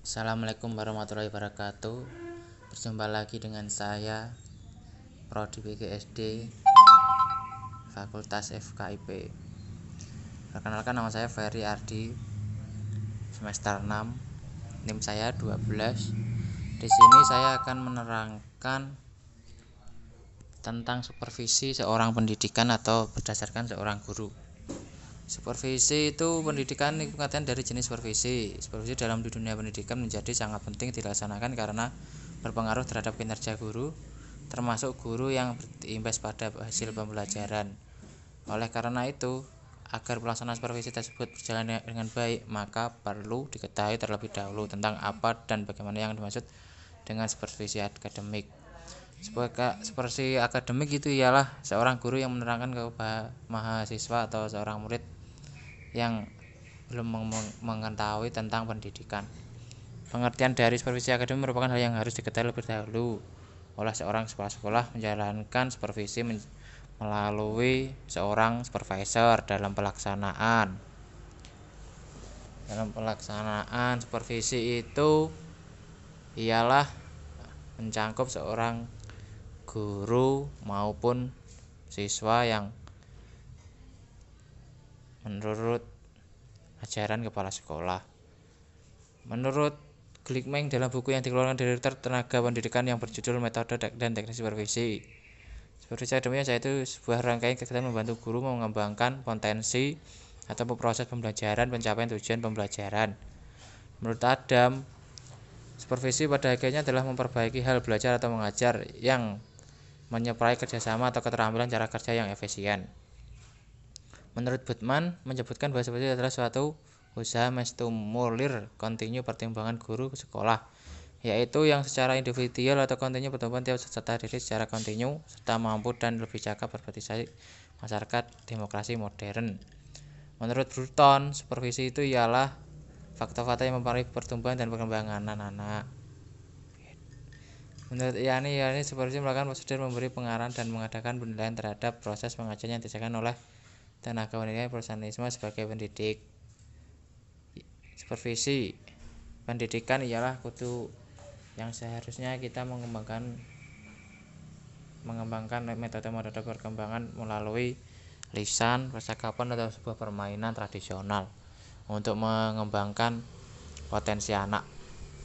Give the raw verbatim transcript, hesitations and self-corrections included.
Assalamualaikum warahmatullahi wabarakatuh. Berjumpa lagi dengan saya, Prodi P G S D Fakultas F K I P. Perkenalkan, nama saya Ferry Ardi, semester enam, NIM saya dua belas. Di sini saya akan menerangkan tentang supervisi seorang pendidikan atau berdasarkan seorang guru. Supervisi itu pendidikan pengertian dari jenis supervisi. Supervisi dalam dunia pendidikan menjadi sangat penting dilaksanakan karena berpengaruh terhadap kinerja guru, termasuk guru yang berimbas pada hasil pembelajaran. Oleh karena itu, agar pelaksanaan supervisi tersebut berjalan dengan baik, maka perlu diketahui terlebih dahulu tentang apa dan bagaimana yang dimaksud dengan supervisi akademik. Supervisi akademik itu ialah seorang guru yang menerangkan kepada mahasiswa atau seorang murid yang belum mengetahui tentang pendidikan. Pengertian dari supervisi akademik merupakan hal yang harus diketahui lebih dahulu oleh seorang kepala sekolah menjalankan supervisi men- melalui seorang supervisor dalam pelaksanaan. Dalam pelaksanaan supervisi itu ialah mencangkup seorang guru maupun siswa yang menurut ajaran kepala sekolah. Menurut Glickman dalam buku yang dikeluarkan Direktur Tenaga Pendidikan yang berjudul Metode dan Teknik Supervisi, supervisi akademik yaitu sebuah rangkaian kegiatan membantu guru mengembangkan potensi atau proses pembelajaran pencapaian tujuan pembelajaran. Menurut Adam, supervisi pada akhirnya adalah memperbaiki hal belajar atau mengajar yang menyertai kerjasama atau keterampilan cara kerja yang efisien. Menurut Budman, menyebutkan bahwa supervisi adalah suatu usaha menstimulir kontinu perkembangan guru ke sekolah, yaitu yang secara individual atau kontinu pertumbuhan tiap peserta didik secara kontinu serta mampu dan lebih cakap berpartisipasi masyarakat demokrasi modern. Menurut Bruton, supervisi itu ialah faktor-faktor yang mempengaruhi pertumbuhan dan perkembangan anak-anak. Menurut Yani, Yani supervisi melakukan prosedur memberi pengarahan dan mengadakan penilaian terhadap proses pengajaran yang dijalankan oleh tenaga pendidikan profesionalisme sebagai pendidik. Supervisi pendidikan ialah kudu yang seharusnya kita mengembangkan mengembangkan metode-metode perkembangan melalui lisan, percakapan atau sebuah permainan tradisional untuk mengembangkan potensi anak.